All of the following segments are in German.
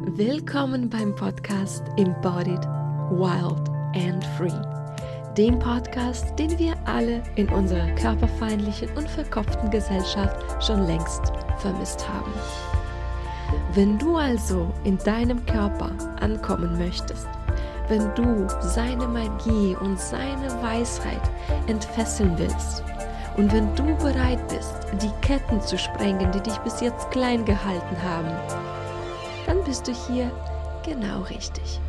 Willkommen beim Podcast Embodied, Wild and Free. Dem Podcast, den wir alle in unserer körperfeindlichen und verkopften Gesellschaft schon längst vermisst haben. Wenn du also in deinem Körper ankommen möchtest, wenn du seine Magie und seine Weisheit entfesseln willst und wenn du bereit bist, die Ketten zu sprengen, die dich bis jetzt klein gehalten haben, dann bist du hier genau richtig.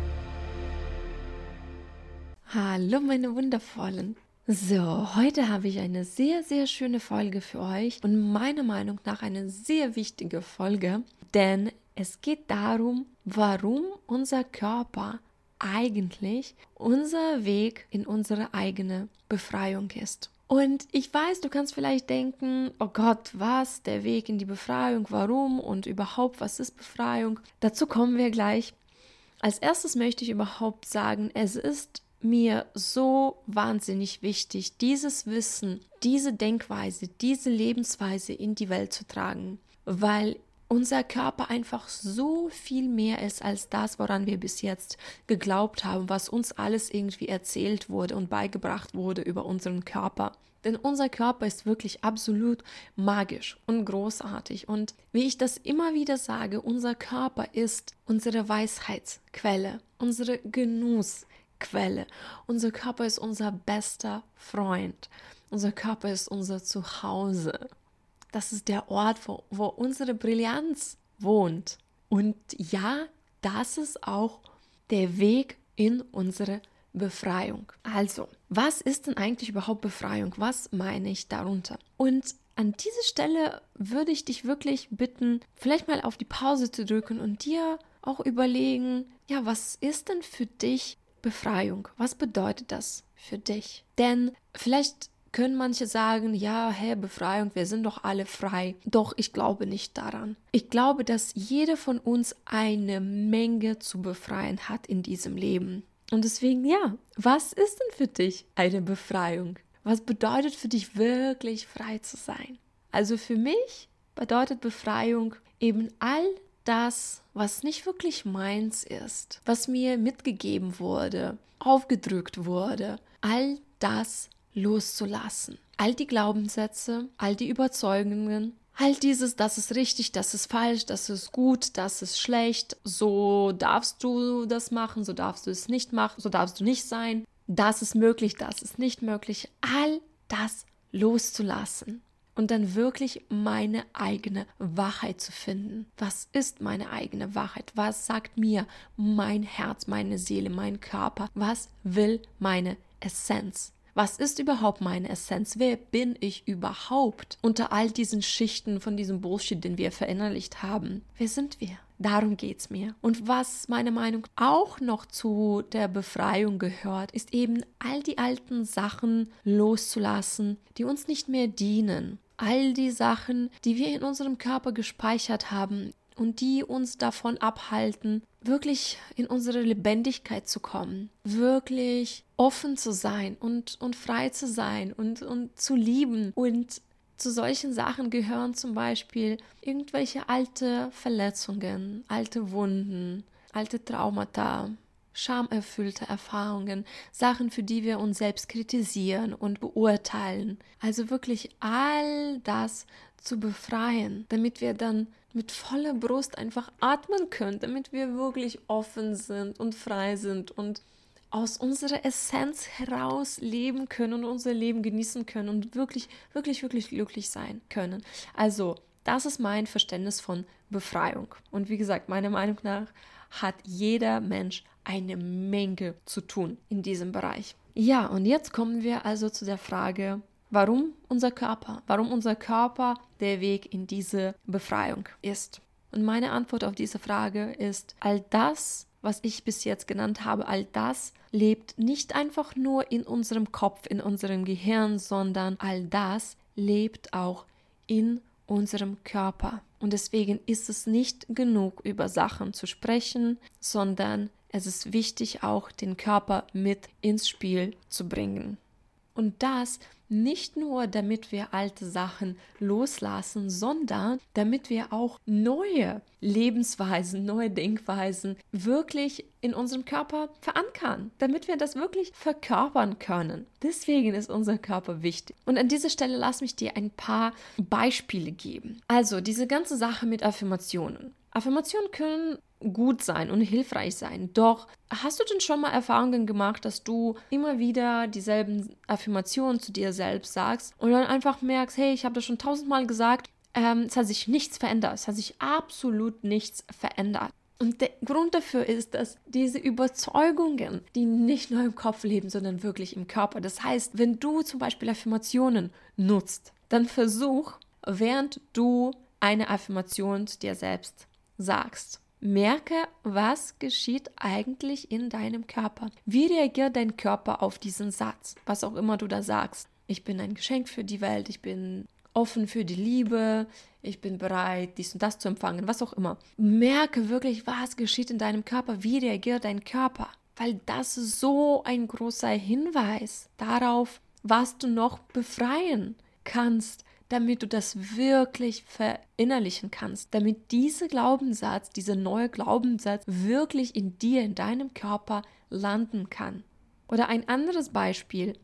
Hallo meine Wundervollen. So, heute habe ich eine sehr, sehr schöne Folge für euch und meiner Meinung nach eine sehr wichtige Folge, denn es geht darum, warum unser Körper eigentlich unser Weg in unsere eigene Befreiung ist. Und ich weiß, du kannst vielleicht denken, oh Gott, was, der Weg in die Befreiung, warum und überhaupt, was ist Befreiung? Dazu kommen wir gleich. Als erstes möchte ich überhaupt sagen, es ist mir so wahnsinnig wichtig, dieses Wissen, diese Denkweise, diese Lebensweise in die Welt zu tragen, weil unser Körper einfach so viel mehr ist als das, woran wir bis jetzt geglaubt haben, was uns alles irgendwie erzählt wurde und beigebracht wurde über unseren Körper. Denn unser Körper ist wirklich absolut magisch und großartig. Und wie ich das immer wieder sage, unser Körper ist unsere Weisheitsquelle, unsere Genussquelle. Unser Körper ist unser bester Freund. Unser Körper ist unser Zuhause. Das ist der Ort, wo unsere Brillanz wohnt. Und ja, das ist auch der Weg in unsere Befreiung. Also, was ist denn eigentlich überhaupt Befreiung? Was meine ich darunter? Und an dieser Stelle würde ich dich wirklich bitten, vielleicht mal auf die Pause zu drücken und dir auch überlegen, ja, was ist denn für dich Befreiung? Was bedeutet das für dich? Denn vielleicht können manche sagen, ja, Befreiung, wir sind doch alle frei. Doch ich glaube nicht daran. Ich glaube, dass jeder von uns eine Menge zu befreien hat in diesem Leben. Und deswegen, ja, was ist denn für dich eine Befreiung? Was bedeutet für dich wirklich frei zu sein? Also für mich bedeutet Befreiung eben all das, was nicht wirklich meins ist, was mir mitgegeben wurde, aufgedrückt wurde, all das loszulassen. All die Glaubenssätze, all die Überzeugungen, all dieses, das ist richtig, das ist falsch, das ist gut, das ist schlecht, so darfst du das machen, so darfst du es nicht machen, so darfst du nicht sein, das ist möglich, das ist nicht möglich, all das loszulassen und dann wirklich meine eigene Wahrheit zu finden. Was ist meine eigene Wahrheit? Was sagt mir mein Herz, meine Seele, mein Körper? Was will meine Essenz? Was ist überhaupt meine Essenz? Wer bin ich überhaupt unter all diesen Schichten von diesem Bullshit, den wir verinnerlicht haben? Wer sind wir? Darum geht's mir. Und was meiner Meinung nach auch noch zu der Befreiung gehört, ist eben all die alten Sachen loszulassen, die uns nicht mehr dienen. All die Sachen, die wir in unserem Körper gespeichert haben und die uns davon abhalten, wirklich in unsere Lebendigkeit zu kommen, wirklich offen zu sein und frei zu sein und zu lieben. Und zu solchen Sachen gehören zum Beispiel irgendwelche alte Verletzungen, alte Wunden, alte Traumata, schamerfüllte Erfahrungen, Sachen, für die wir uns selbst kritisieren und beurteilen. Also wirklich all das zu befreien, damit wir dann mit voller Brust einfach atmen können, damit wir wirklich offen sind und frei sind und aus unserer Essenz heraus leben können und unser Leben genießen können und wirklich, wirklich, wirklich glücklich sein können. Also, das ist mein Verständnis von Befreiung. Und wie gesagt, meiner Meinung nach hat jeder Mensch eine Menge zu tun in diesem Bereich. Ja, und jetzt kommen wir also zu der Frage, warum unser Körper der Weg in diese Befreiung ist. Und meine Antwort auf diese Frage ist, all das, was ich bis jetzt genannt habe, all das lebt nicht einfach nur in unserem Kopf, in unserem Gehirn, sondern all das lebt auch in unserem Körper. Und deswegen ist es nicht genug, über Sachen zu sprechen, sondern es ist wichtig, auch den Körper mit ins Spiel zu bringen. Und das nicht nur, damit wir alte Sachen loslassen, sondern damit wir auch neue Lebensweisen, neue Denkweisen wirklich in unserem Körper verankern, damit wir das wirklich verkörpern können. Deswegen ist unser Körper wichtig. Und an dieser Stelle lass mich dir ein paar Beispiele geben. Also diese ganze Sache mit Affirmationen. Affirmationen können gut sein und hilfreich sein. Doch hast du denn schon mal Erfahrungen gemacht, dass du immer wieder dieselben Affirmationen zu dir selbst sagst und dann einfach merkst, hey, ich habe das schon 1000-mal gesagt, es hat sich nichts verändert. Es hat sich absolut nichts verändert. Und der Grund dafür ist, dass diese Überzeugungen, die nicht nur im Kopf leben, sondern wirklich im Körper. Das heißt, wenn du zum Beispiel Affirmationen nutzt, dann versuch, während du eine Affirmation zu dir selbst sagst, merke, was geschieht eigentlich in deinem Körper. Wie reagiert dein Körper auf diesen Satz, was auch immer du da sagst? Ich bin ein Geschenk für die Welt, ich bin offen für die Liebe, ich bin bereit, dies und das zu empfangen, was auch immer. Merke wirklich, was geschieht in deinem Körper, wie reagiert dein Körper, weil das ist so ein großer Hinweis darauf, was du noch befreien kannst, damit du das wirklich verinnerlichen kannst, damit dieser Glaubenssatz, dieser neue Glaubenssatz wirklich in dir, in deinem Körper landen kann. Oder ein anderes Beispiel.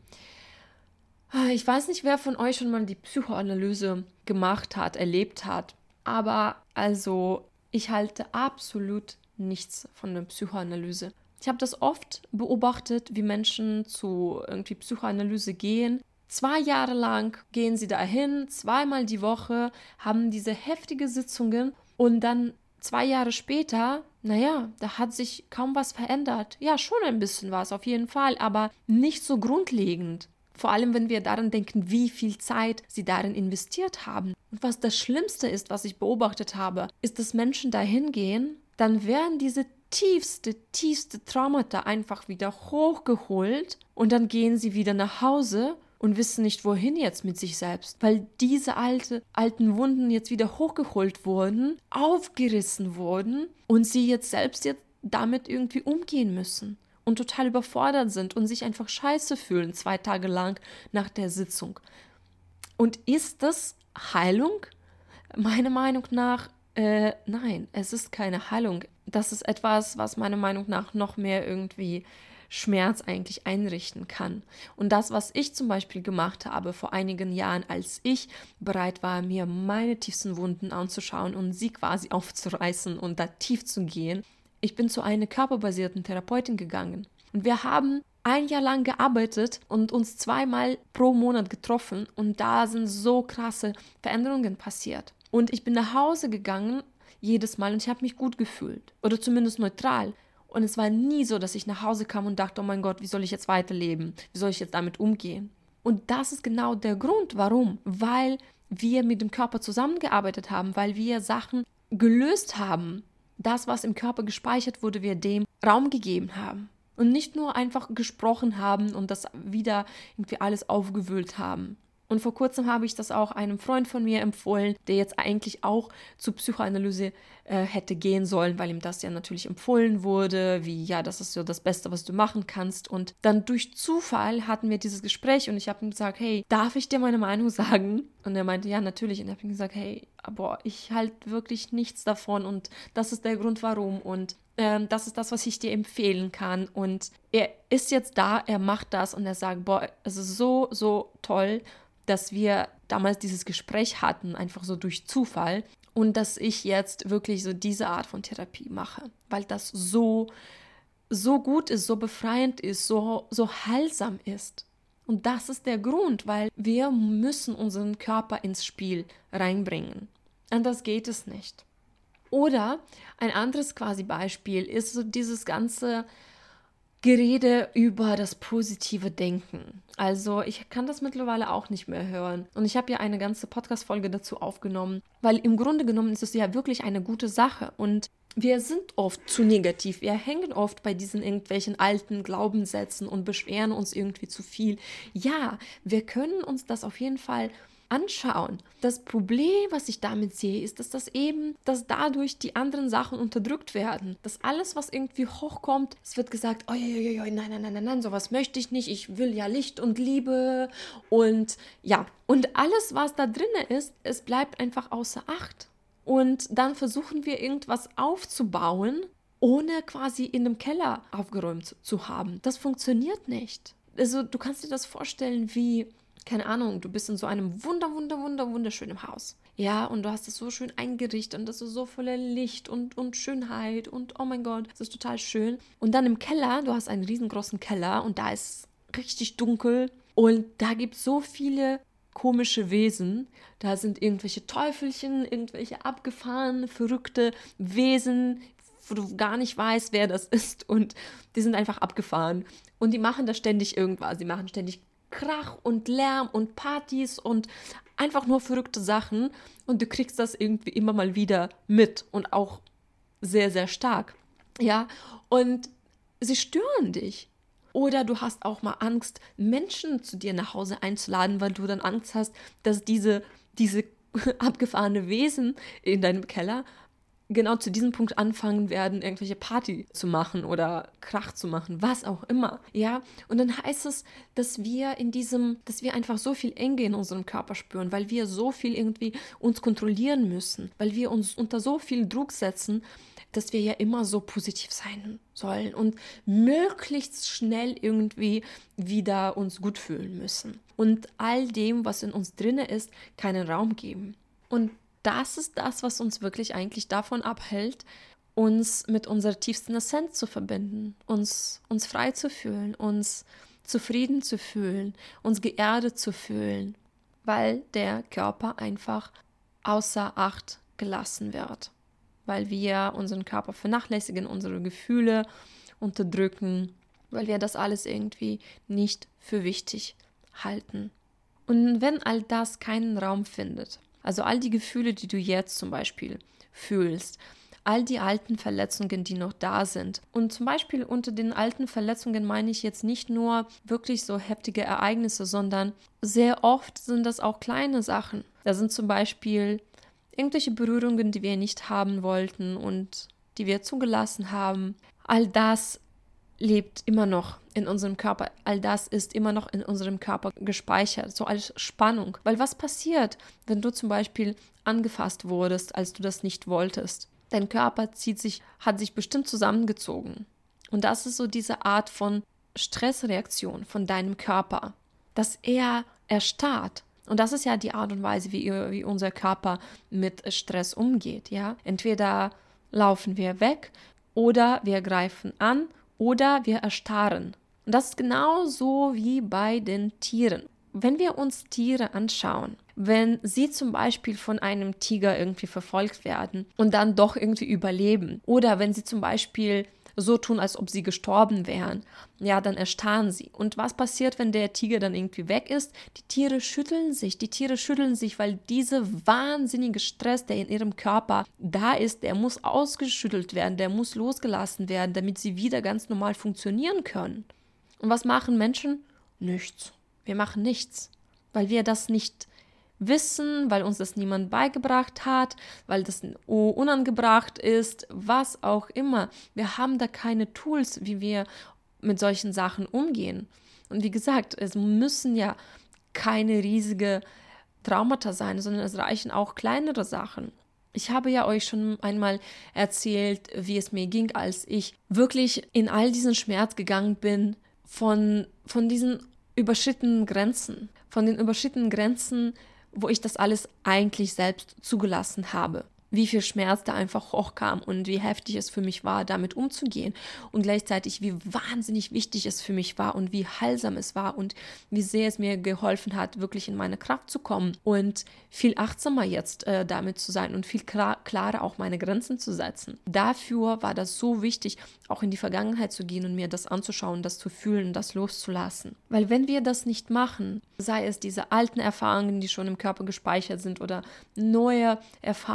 Ich weiß nicht, wer von euch schon mal die Psychoanalyse gemacht hat, erlebt hat, aber also ich halte absolut nichts von der Psychoanalyse. Ich habe das oft beobachtet, wie Menschen zu irgendwie Psychoanalyse gehen. 2 Jahre lang gehen sie dahin, 2-mal die Woche, haben diese heftige Sitzungen und dann 2 Jahre später, da hat sich kaum was verändert. Ja, schon ein bisschen was, auf jeden Fall, aber nicht so grundlegend. Vor allem, wenn wir daran denken, wie viel Zeit sie darin investiert haben. Und was das Schlimmste ist, was ich beobachtet habe, ist, dass Menschen dahin gehen, dann werden diese tiefste Traumata einfach wieder hochgeholt und dann gehen sie wieder nach Hause und wissen nicht, wohin jetzt mit sich selbst, weil diese alten Wunden jetzt wieder hochgeholt wurden, aufgerissen wurden und sie jetzt damit irgendwie umgehen müssen und total überfordert sind und sich einfach scheiße fühlen 2 Tage lang nach der Sitzung. Und ist das Heilung? Meiner Meinung nach, nein, es ist keine Heilung. Das ist etwas, was meiner Meinung nach noch mehr irgendwie Schmerz eigentlich einrichten kann. Und das, was ich zum Beispiel gemacht habe vor einigen Jahren, als ich bereit war, mir meine tiefsten Wunden anzuschauen und sie quasi aufzureißen und da tief zu gehen, ich bin zu einer körperbasierten Therapeutin gegangen. Und wir haben 1 Jahr lang gearbeitet und uns 2-mal pro Monat getroffen und da sind so krasse Veränderungen passiert. Und ich bin nach Hause gegangen jedes Mal und ich habe mich gut gefühlt oder zumindest neutral. Und es war nie so, dass ich nach Hause kam und dachte, oh mein Gott, wie soll ich jetzt weiterleben? Wie soll ich jetzt damit umgehen? Und das ist genau der Grund, warum. Weil wir mit dem Körper zusammengearbeitet haben, weil wir Sachen gelöst haben. Das, was im Körper gespeichert wurde, wir dem Raum gegeben haben. Und nicht nur einfach gesprochen haben und das wieder irgendwie alles aufgewühlt haben. Und vor kurzem habe ich das auch einem Freund von mir empfohlen, der jetzt eigentlich auch zur Psychoanalyse hätte gehen sollen, weil ihm das ja natürlich empfohlen wurde, wie, ja, das ist so das Beste, was du machen kannst. Und dann durch Zufall hatten wir dieses Gespräch und ich habe ihm gesagt, hey, darf ich dir meine Meinung sagen? Und er meinte, ja, natürlich. Und ich habe ihm gesagt, hey, aber ich halte wirklich nichts davon und das ist der Grund, warum. Und das ist das, was ich dir empfehlen kann. Und er ist jetzt da, er macht das und er sagt, boah, es ist so, so toll, dass wir damals dieses Gespräch hatten, einfach so durch Zufall und dass ich jetzt wirklich so diese Art von Therapie mache, weil das so gut ist, so befreiend ist, so heilsam ist. Und das ist der Grund, weil wir müssen unseren Körper ins Spiel reinbringen. Anders geht es nicht. Oder ein anderes quasi Beispiel ist so dieses ganze Gerede über das positive Denken. Also ich kann das mittlerweile auch nicht mehr hören. Und ich habe ja eine ganze Podcast-Folge dazu aufgenommen, weil im Grunde genommen ist es ja wirklich eine gute Sache. Und wir sind oft zu negativ. Wir hängen oft bei diesen irgendwelchen alten Glaubenssätzen und beschweren uns irgendwie zu viel. Ja, wir können uns das auf jeden Fall anschauen. Das Problem, was ich damit sehe, ist, dass dadurch die anderen Sachen unterdrückt werden. Dass alles, was irgendwie hochkommt, es wird gesagt, oh, nein, sowas möchte ich nicht, ich will ja Licht und Liebe und ja. Und alles, was da drin ist, es bleibt einfach außer Acht. Und dann versuchen wir irgendwas aufzubauen, ohne quasi in einem Keller aufgeräumt zu haben. Das funktioniert nicht. Also du kannst dir das vorstellen wie, keine Ahnung, du bist in so einem wunderschönen Haus. Ja, und du hast es so schön eingerichtet und das ist so voller Licht und Schönheit und oh mein Gott, das ist total schön. Und dann im Keller, du hast einen riesengroßen Keller und da ist richtig dunkel und da gibt es so viele komische Wesen. Da sind irgendwelche Teufelchen, irgendwelche abgefahrene, verrückte Wesen, wo du gar nicht weißt, wer das ist und die sind einfach abgefahren. Und die machen da ständig irgendwas. Die machen ständig Krach und Lärm und Partys und einfach nur verrückte Sachen und du kriegst das irgendwie immer mal wieder mit und auch sehr, sehr stark. Ja, und sie stören dich. Oder du hast auch mal Angst, Menschen zu dir nach Hause einzuladen, weil du dann Angst hast, dass diese abgefahrene Wesen in deinem Keller genau zu diesem Punkt anfangen werden, irgendwelche Party zu machen oder Krach zu machen, was auch immer, ja. Und dann heißt es, dass wir einfach so viel Enge in unserem Körper spüren, weil wir so viel irgendwie uns kontrollieren müssen, weil wir uns unter so viel Druck setzen, dass wir ja immer so positiv sein sollen und möglichst schnell irgendwie wieder uns gut fühlen müssen und all dem, was in uns drinne ist, keinen Raum geben. Und das ist das, was uns wirklich eigentlich davon abhält, uns mit unserer tiefsten Essenz zu verbinden, uns frei zu fühlen, uns zufrieden zu fühlen, uns geerdet zu fühlen, weil der Körper einfach außer Acht gelassen wird, weil wir unseren Körper vernachlässigen, unsere Gefühle unterdrücken, weil wir das alles irgendwie nicht für wichtig halten. Und wenn all das keinen Raum findet, also all die Gefühle, die du jetzt zum Beispiel fühlst, all die alten Verletzungen, die noch da sind. Und zum Beispiel unter den alten Verletzungen meine ich jetzt nicht nur wirklich so heftige Ereignisse, sondern sehr oft sind das auch kleine Sachen. Da sind zum Beispiel irgendwelche Berührungen, die wir nicht haben wollten und die wir zugelassen haben. All das lebt immer noch in unserem Körper. All das ist immer noch in unserem Körper gespeichert, so als Spannung. Weil was passiert, wenn du zum Beispiel angefasst wurdest, als du das nicht wolltest? Dein Körper hat sich bestimmt zusammengezogen. Und das ist so diese Art von Stressreaktion von deinem Körper, dass er erstarrt. Und das ist ja die Art und Weise, wie unser Körper mit Stress umgeht. Ja? Entweder laufen wir weg oder wir greifen an oder wir erstarren. Und das ist genauso wie bei den Tieren. Wenn wir uns Tiere anschauen, wenn sie zum Beispiel von einem Tiger irgendwie verfolgt werden und dann doch irgendwie überleben oder wenn sie zum Beispiel so tun, als ob sie gestorben wären, ja, dann erstarren sie. Und was passiert, wenn der Tiger dann irgendwie weg ist? Die Tiere schütteln sich, weil dieser wahnsinnige Stress, der in ihrem Körper da ist, der muss ausgeschüttelt werden, der muss losgelassen werden, damit sie wieder ganz normal funktionieren können. Und was machen Menschen? Nichts. Wir machen nichts, weil wir das nicht wissen, weil uns das niemand beigebracht hat, weil das unangebracht ist, was auch immer. Wir haben da keine Tools, wie wir mit solchen Sachen umgehen. Und wie gesagt, es müssen ja keine riesige Traumata sein, sondern es reichen auch kleinere Sachen. Ich habe ja euch schon einmal erzählt, wie es mir ging, als ich wirklich in all diesen Schmerz gegangen bin von diesen überschrittenen Grenzen, wo ich das alles eigentlich selbst zugelassen habe. Wie viel Schmerz da einfach hochkam und wie heftig es für mich war, damit umzugehen. Und gleichzeitig, wie wahnsinnig wichtig es für mich war und wie heilsam es war und wie sehr es mir geholfen hat, wirklich in meine Kraft zu kommen und viel achtsamer jetzt damit zu sein und viel klarer auch meine Grenzen zu setzen. Dafür war das so wichtig, auch in die Vergangenheit zu gehen und mir das anzuschauen, das zu fühlen, das loszulassen. Weil wenn wir das nicht machen, sei es diese alten Erfahrungen, die schon im Körper gespeichert sind oder neue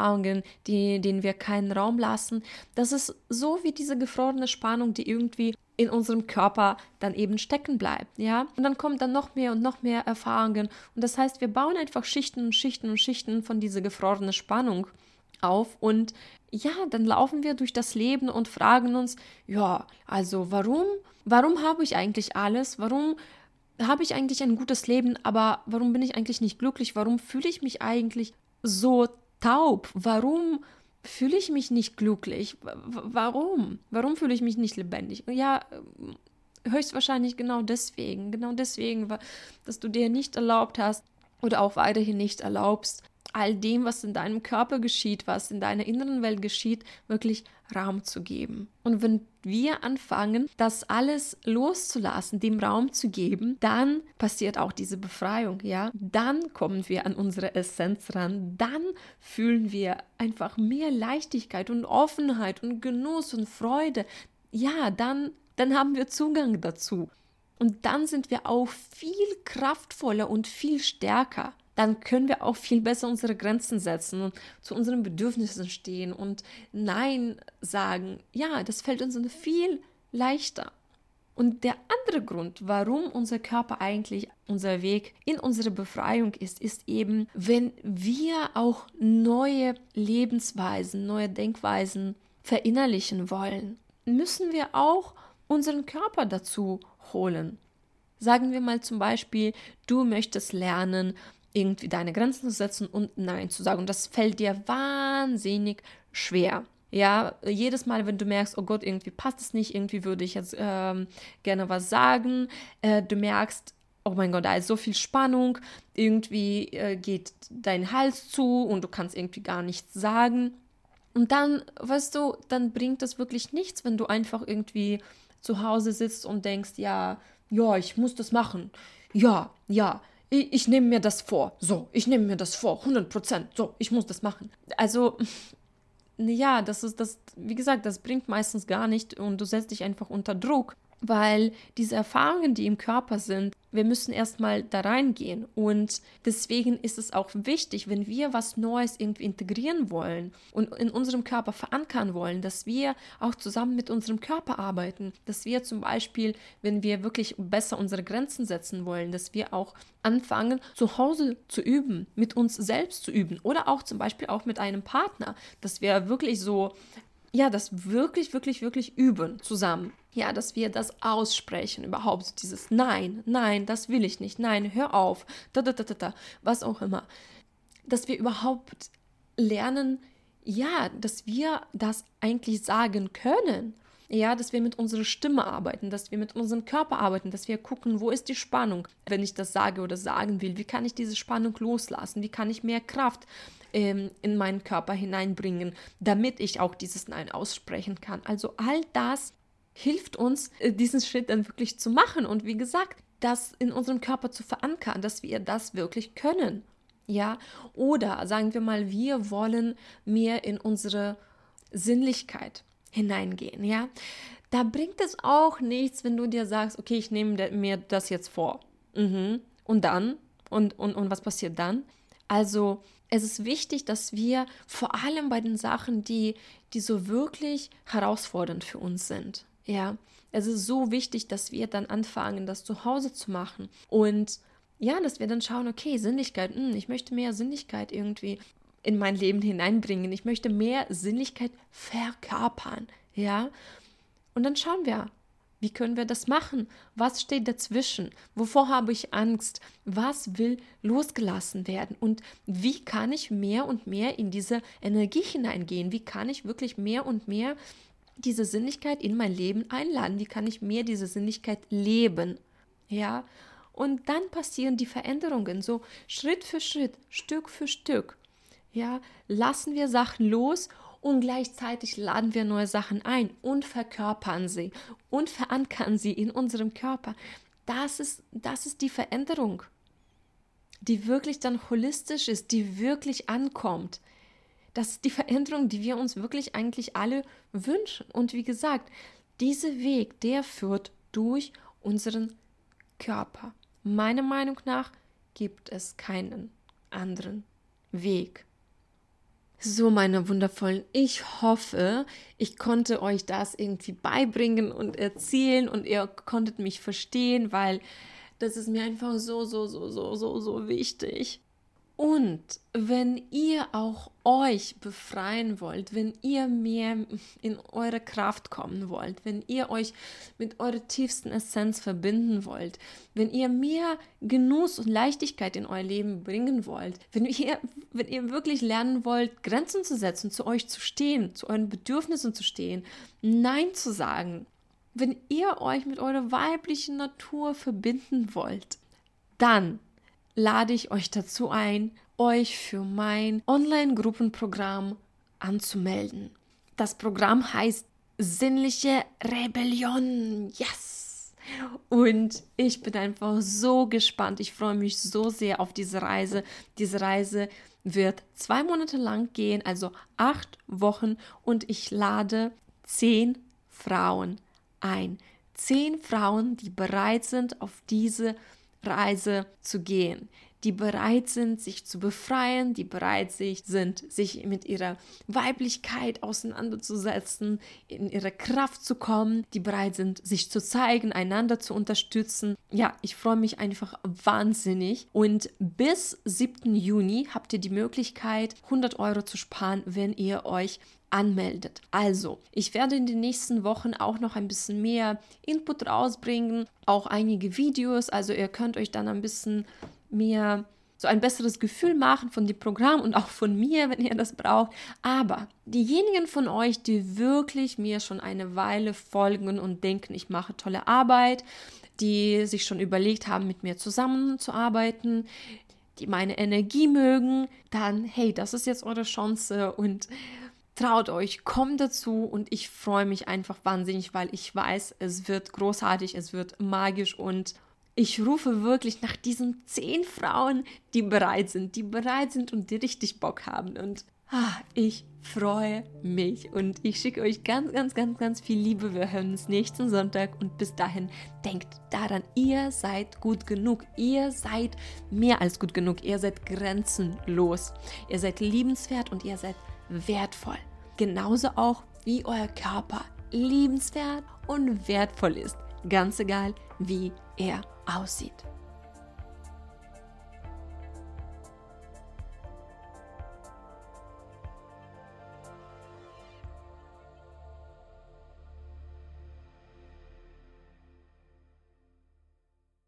Erfahrungen, denen wir keinen Raum lassen, das ist so wie diese gefrorene Spannung, die irgendwie in unserem Körper dann eben stecken bleibt, ja. Und dann kommt dann noch mehr und noch mehr Erfahrungen. Und das heißt, wir bauen einfach Schichten und Schichten und Schichten von dieser gefrorenen Spannung auf und ja, dann laufen wir durch das Leben und fragen uns, ja, also warum habe ich eigentlich alles? Warum habe ich eigentlich ein gutes Leben, aber warum bin ich eigentlich nicht glücklich? Warum fühle ich mich eigentlich so taub? Warum fühle ich mich nicht glücklich? Warum? Warum fühle ich mich nicht lebendig? Ja, höchstwahrscheinlich genau deswegen, dass du dir nicht erlaubt hast oder auch weiterhin nicht erlaubst, all dem, was in deinem Körper geschieht, was in deiner inneren Welt geschieht, wirklich Raum zu geben. Und wenn wir anfangen, das alles loszulassen, dem Raum zu geben, dann passiert auch diese Befreiung, ja? Dann kommen wir an unsere Essenz ran, dann fühlen wir einfach mehr Leichtigkeit und Offenheit und Genuss und Freude. Ja, dann haben wir Zugang dazu. Und dann sind wir auch viel kraftvoller und viel stärker. Dann können wir auch viel besser unsere Grenzen setzen und zu unseren Bedürfnissen stehen und Nein sagen. Ja, das fällt uns viel leichter. Und der andere Grund, warum unser Körper eigentlich unser Weg in unsere Befreiung ist, ist eben, wenn wir auch neue Lebensweisen, neue Denkweisen verinnerlichen wollen, müssen wir auch unseren Körper dazu holen. Sagen wir mal zum Beispiel, du möchtest lernen, irgendwie deine Grenzen zu setzen und Nein zu sagen. Und das fällt dir wahnsinnig schwer. Ja, jedes Mal, wenn du merkst, oh Gott, irgendwie passt es nicht, irgendwie würde ich jetzt gerne was sagen, du merkst, oh mein Gott, da ist so viel Spannung, irgendwie geht dein Hals zu und du kannst irgendwie gar nichts sagen. Und dann, weißt du, dann bringt es wirklich nichts, wenn du einfach irgendwie zu Hause sitzt und denkst, ja, ich muss das machen. Ja, ich nehme mir das vor. So, ich nehme mir das vor, 100%. So, ich muss das machen. Also, ja, wie gesagt, das bringt meistens gar nicht und du setzt dich einfach unter Druck, weil diese Erfahrungen, die im Körper sind, wir müssen erstmal da reingehen und deswegen ist es auch wichtig, wenn wir was Neues irgendwie integrieren wollen und in unserem Körper verankern wollen, dass wir auch zusammen mit unserem Körper arbeiten, dass wir zum Beispiel, wenn wir wirklich besser unsere Grenzen setzen wollen, dass wir auch anfangen, zu Hause zu üben, mit uns selbst zu üben oder auch zum Beispiel auch mit einem Partner, dass wir wirklich so, ja, das wirklich, wirklich, wirklich üben zusammen. Ja, dass wir das aussprechen, überhaupt dieses Nein, das will ich nicht, nein, hör auf, was auch immer. Dass wir überhaupt lernen, ja, dass wir das eigentlich sagen können. Ja, dass wir mit unserer Stimme arbeiten, dass wir mit unserem Körper arbeiten, dass wir gucken, wo ist die Spannung, wenn ich das sage oder sagen will, wie kann ich diese Spannung loslassen, wie kann ich mehr Kraft in meinen Körper hineinbringen, damit ich auch dieses Nein aussprechen kann. Also all das hilft uns, diesen Schritt dann wirklich zu machen und wie gesagt, das in unserem Körper zu verankern, dass wir das wirklich können. Ja, oder sagen wir mal, wir wollen mehr in unsere Sinnlichkeit hineingehen, ja. Da bringt es auch nichts, wenn du dir sagst, okay, ich nehme mir das jetzt vor. Und dann? Und was passiert dann? Also, es ist wichtig, dass wir vor allem bei den Sachen, die so wirklich herausfordernd für uns sind, ja, es ist so wichtig, dass wir dann anfangen, das zu Hause zu machen und ja, dass wir dann schauen, okay, Sinnlichkeit, ich möchte mehr Sinnlichkeit irgendwie in mein Leben hineinbringen. Ich möchte mehr Sinnlichkeit verkörpern, ja. Und dann schauen wir, wie können wir das machen? Was steht dazwischen? Wovor habe ich Angst? Was will losgelassen werden? Und wie kann ich mehr und mehr in diese Energie hineingehen? Wie kann ich wirklich mehr und mehr diese Sinnlichkeit in mein Leben einladen? Wie kann ich mehr diese Sinnlichkeit leben? Ja, und dann passieren die Veränderungen so Schritt für Schritt, Stück für Stück. Ja, lassen wir Sachen los und gleichzeitig laden wir neue Sachen ein und verkörpern sie und verankern sie in unserem Körper. Das ist die Veränderung, die wirklich dann holistisch ist, die wirklich ankommt. Das ist die Veränderung, die wir uns wirklich eigentlich alle wünschen. Und wie gesagt, dieser Weg, der führt durch unseren Körper. Meiner Meinung nach gibt es keinen anderen Weg. So, meine Wundervollen, ich hoffe, ich konnte euch das irgendwie beibringen und erzählen und ihr konntet mich verstehen, weil das ist mir einfach so wichtig. Und wenn ihr auch euch befreien wollt, wenn ihr mehr in eure Kraft kommen wollt, wenn ihr euch mit eurer tiefsten Essenz verbinden wollt, wenn ihr mehr Genuss und Leichtigkeit in euer Leben bringen wollt, wenn ihr wirklich lernen wollt, Grenzen zu setzen, zu euch zu stehen, zu euren Bedürfnissen zu stehen, Nein zu sagen, wenn ihr euch mit eurer weiblichen Natur verbinden wollt, dann lade ich euch dazu ein, euch für mein Online-Gruppenprogramm anzumelden. Das Programm heißt Sinnliche Rebellion. Yes! Und ich bin einfach so gespannt. Ich freue mich so sehr auf diese Reise. Diese Reise wird 2 Monate lang gehen, also 8 Wochen. Und ich lade 10 Frauen ein. 10 Frauen, die bereit sind, auf diese Reise zu gehen, die bereit sind, sich zu befreien, die bereit sind, sich mit ihrer Weiblichkeit auseinanderzusetzen, in ihre Kraft zu kommen, die bereit sind, sich zu zeigen, einander zu unterstützen. Ja, ich freue mich einfach wahnsinnig. Und bis 7. Juni habt ihr die Möglichkeit, 100 Euro zu sparen, wenn ihr euch anmeldet. Also, ich werde in den nächsten Wochen auch noch ein bisschen mehr Input rausbringen, auch einige Videos, also ihr könnt euch dann ein bisschen mehr so ein besseres Gefühl machen von dem Programm und auch von mir, wenn ihr das braucht. Aber diejenigen von euch, die wirklich mir schon eine Weile folgen und denken, ich mache tolle Arbeit, die sich schon überlegt haben, mit mir zusammenzuarbeiten, die meine Energie mögen, dann, hey, das ist jetzt eure Chance und traut euch, kommt dazu und ich freue mich einfach wahnsinnig, weil ich weiß, es wird großartig, es wird magisch und ich rufe wirklich nach diesen 10 Frauen, die bereit sind und die richtig Bock haben und ich freue mich und ich schicke euch ganz viel Liebe. Wir hören uns nächsten Sonntag und bis dahin denkt daran, ihr seid gut genug, ihr seid mehr als gut genug, ihr seid grenzenlos, ihr seid liebenswert und ihr seid wertvoll. Genauso auch wie euer Körper liebenswert und wertvoll ist. Ganz egal, wie er aussieht.